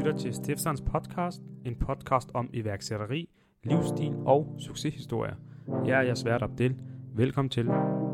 lytter til Stiftsernes podcast, en podcast om iværksætteri, livsstil og succeshistorier. Jeg er jeres vært Abdel. Velkommen til.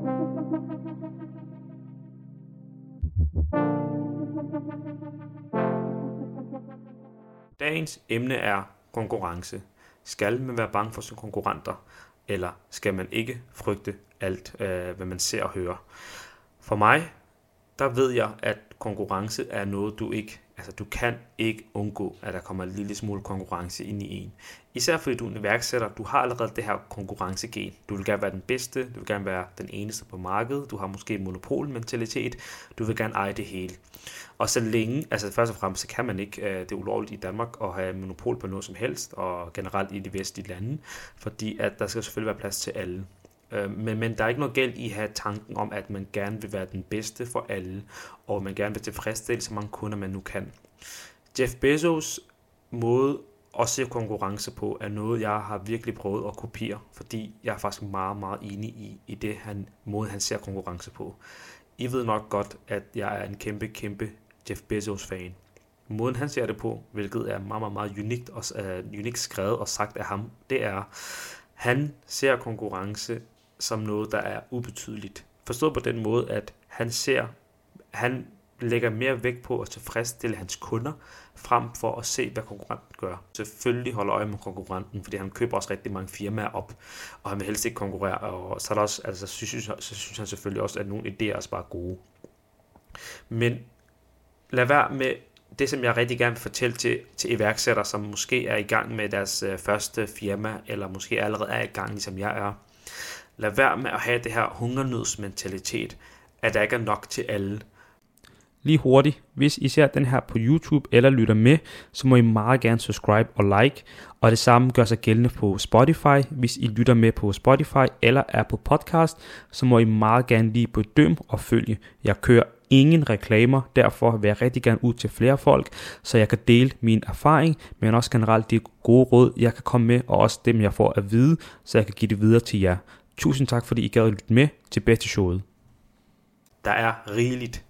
Dagens emne er konkurrence. Skal man være bange for sine konkurrenter, eller skal man ikke frygte alt, hvad man ser og hører? For mig, der ved jeg, at konkurrence er noget, du kan ikke undgå, at der kommer en lille smule konkurrence ind i en. Især fordi du er en iværksætter, du har allerede det her konkurrencegen. Du vil gerne være den bedste, du vil gerne være den eneste på markedet, du har måske en monopolmentalitet, du vil gerne eje det hele. Og så længe, først og fremmest, så kan man ikke, det er ulovligt i Danmark at have monopol på noget som helst, og generelt i de vestlige lande, fordi at der skal selvfølgelig være plads til alle. Men der er ikke noget galt i at have tanken om, at man gerne vil være den bedste for alle, og man gerne vil tilfredsstille så mange kunder, man nu kan. Jeff Bezos måde at se konkurrence på, er noget, jeg har virkelig prøvet at kopiere, fordi jeg er faktisk meget, meget enig i det måde, han ser konkurrence på. I ved nok godt, at jeg er en kæmpe Jeff Bezos-fan. Måden han ser det på, hvilket er meget, meget unikt skrevet og sagt af ham, det er, han ser konkurrence som noget, der er ubetydeligt. Forstået på den måde, at han lægger mere vægt på at tilfredsstille hans kunder, frem for at se, hvad konkurrenten gør. Selvfølgelig holder øje med konkurrenten, fordi han køber også rigtig mange firmaer op, og han vil helst ikke konkurrere, og så er der også, så synes han selvfølgelig også, at nogle idéer er bare gode. Men lad være med det, som jeg rigtig gerne vil fortælle til iværksættere, som måske er i gang med deres første firma, eller måske allerede er i gang, ligesom jeg er. Lad være med at have det her hungernødsmentalitet, at der ikke er nok til alle. Lige hurtigt, hvis I ser den her på YouTube eller lytter med, så må I meget gerne subscribe og like, og det samme gør sig gældende på Spotify. Hvis I lytter med på Spotify eller er på podcast, så må I meget gerne lige bedømme og følge. Jeg kører ingen reklamer, derfor vil jeg rigtig gerne ud til flere folk, så jeg kan dele min erfaring, men også generelt de gode råd, jeg kan komme med, og også dem, jeg får at vide, så jeg kan give det videre til jer. Tusind tak, fordi I gad at lytte med. Tilbage til showet. Der er rigeligt.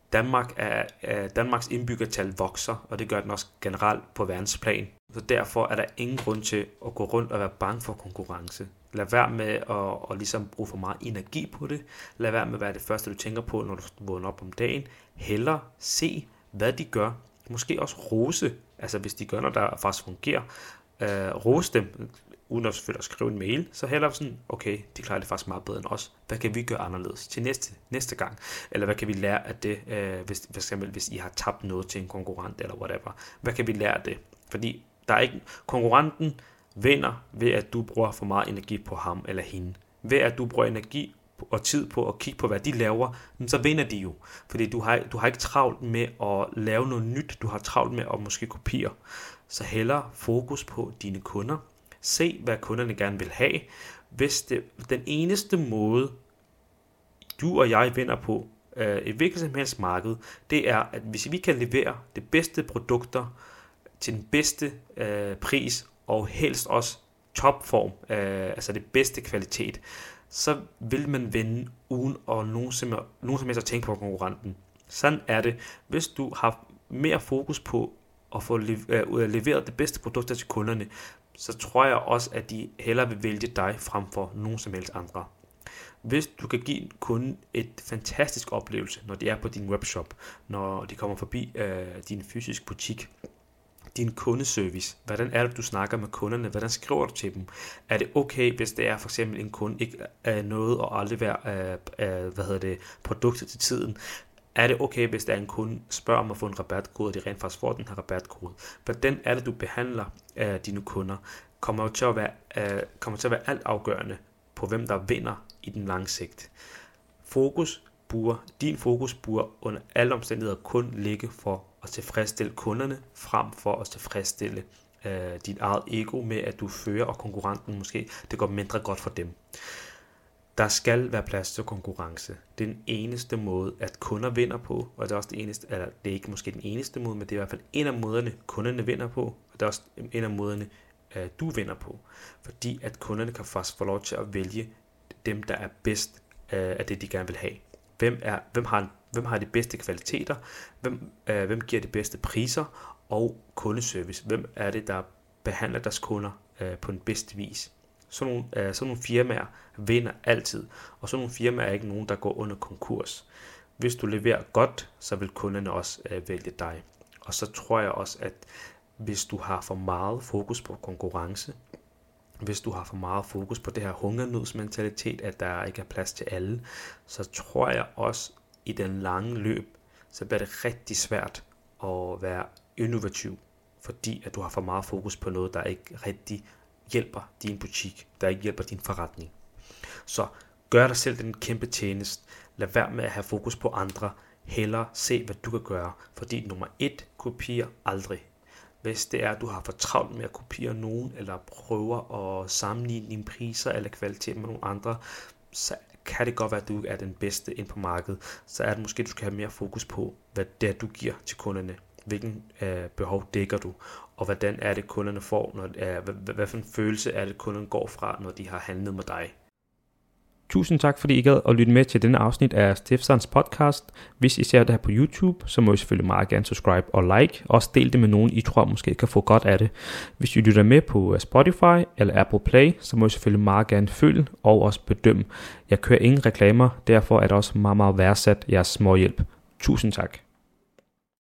Danmarks indbyggertal vokser, og det gør den også generelt på verdensplan. Så derfor er der ingen grund til at gå rundt og være bange for konkurrence. Lad være med at ligesom bruge for meget energi på det. Lad være med at være det første, du tænker på, når du vågner op om dagen. Hellere se, hvad de gør. Måske også rose, hvis de gør noget, der faktisk fungerer. Rose dem, uden at selvfølgelig at skrive en mail, så hellere sådan, okay, de klarer det faktisk meget bedre end os. Hvad kan vi gøre anderledes til næste gang? Eller hvad kan vi lære af det, hvis I har tabt noget til en konkurrent, eller whatever? Hvad kan vi lære af det? Fordi der er ikke, konkurrenten vinder ved, at du bruger for meget energi på ham eller hende. Ved at du bruger energi og tid på at kigge på, hvad de laver, så vinder de jo. Fordi du har ikke travlt med at lave noget nyt, du har travlt med at måske kopiere. Så hellere fokus på dine kunder. Se, hvad kunderne gerne vil have. Den eneste måde, du og jeg vinder på et hvilket som helst marked, det er, at hvis vi kan levere det bedste produkter til den bedste pris, og helst også topform, det bedste kvalitet, så vil man vinde uden at nogen som helst at tænke på konkurrenten. Sådan er det. Hvis du har mere fokus på at få leveret det bedste produkter til kunderne, så tror jeg også, at de hellere vil vælge dig frem for nogen som helst andre. Hvis du kan give kunden et fantastisk oplevelse, når de er på din webshop, når de kommer forbi din fysisk butik, din kundeservice, hvordan er det, du snakker med kunderne, hvordan skriver du til dem? Er det okay, hvis det er for eksempel en kunde ikke er noget og aldrig være produktet til tiden? Er det okay, hvis der er en kunde spørger om at få en rabatkode, og de rent faktisk får den her rabatkode? Hvordan er det, du behandler dine kunder? Kommer til at være alt afgørende på, hvem der vinder i den lange sigt. Din fokus burde under alle omstændigheder kun ligge for at tilfredsstille kunderne, frem for at tilfredsstille dit eget ego med, at du fører, og konkurrenten måske, det går mindre godt for dem. Der skal være plads til konkurrence. Det er den eneste måde, at kunder vinder på, og det er også det eneste, eller det er ikke måske den eneste måde, men det er i hvert fald en af måderne, kunderne vinder på, og det er også en af måderne, du vinder på. Fordi at kunderne kan faktisk få lov til at vælge dem, der er bedst af det, de gerne vil have. Hvem har de bedste kvaliteter? Hvem giver de bedste priser? og kundeservice. Hvem er det, der behandler deres kunder på den bedste vis? Sådan nogle firmaer vinder altid, og sådan nogle firmaer er ikke nogen, der går under konkurs. Hvis du leverer godt, så vil kunderne også vælge dig. Og så tror jeg også, at hvis du har for meget fokus på konkurrence, hvis du har for meget fokus på det her hungernødsmentalitet, at der ikke er plads til alle, så tror jeg også i den lange løb, så bliver det rigtig svært at være innovativ, fordi at du har for meget fokus på noget, der ikke rigtig hjælper din butik, der ikke hjælper din forretning. Så gør dig selv den kæmpe tjeneste. Lad være med at have fokus på andre. Hellere se, hvad du kan gøre, fordi nummer 1, kopier aldrig. Hvis det er, at du har for travlt med at kopiere nogen, eller prøver at sammenligne dine priser eller kvalitet med nogle andre, så kan det godt være, at du er den bedste ind på markedet. Så er det måske, at du skal have mere fokus på, hvad det er, du giver til kunderne. Hvilken behov dækker du, og hvordan er det, kunderne får, hvad for en følelse er det, kunderne går fra, når de har handlet med dig. Tusind tak, fordi I gad at lytte med til denne afsnit af Steffsons podcast. Hvis I ser det her på YouTube, så må I selvfølgelig meget gerne subscribe og like. Også del det med nogen, I tror måske kan få godt af det. Hvis I lytter med på Spotify eller Apple Play, så må I selvfølgelig meget gerne følge og også bedømme. Jeg kører ingen reklamer, derfor er det også meget, meget værdsat jeres småhjælp. Tusind tak.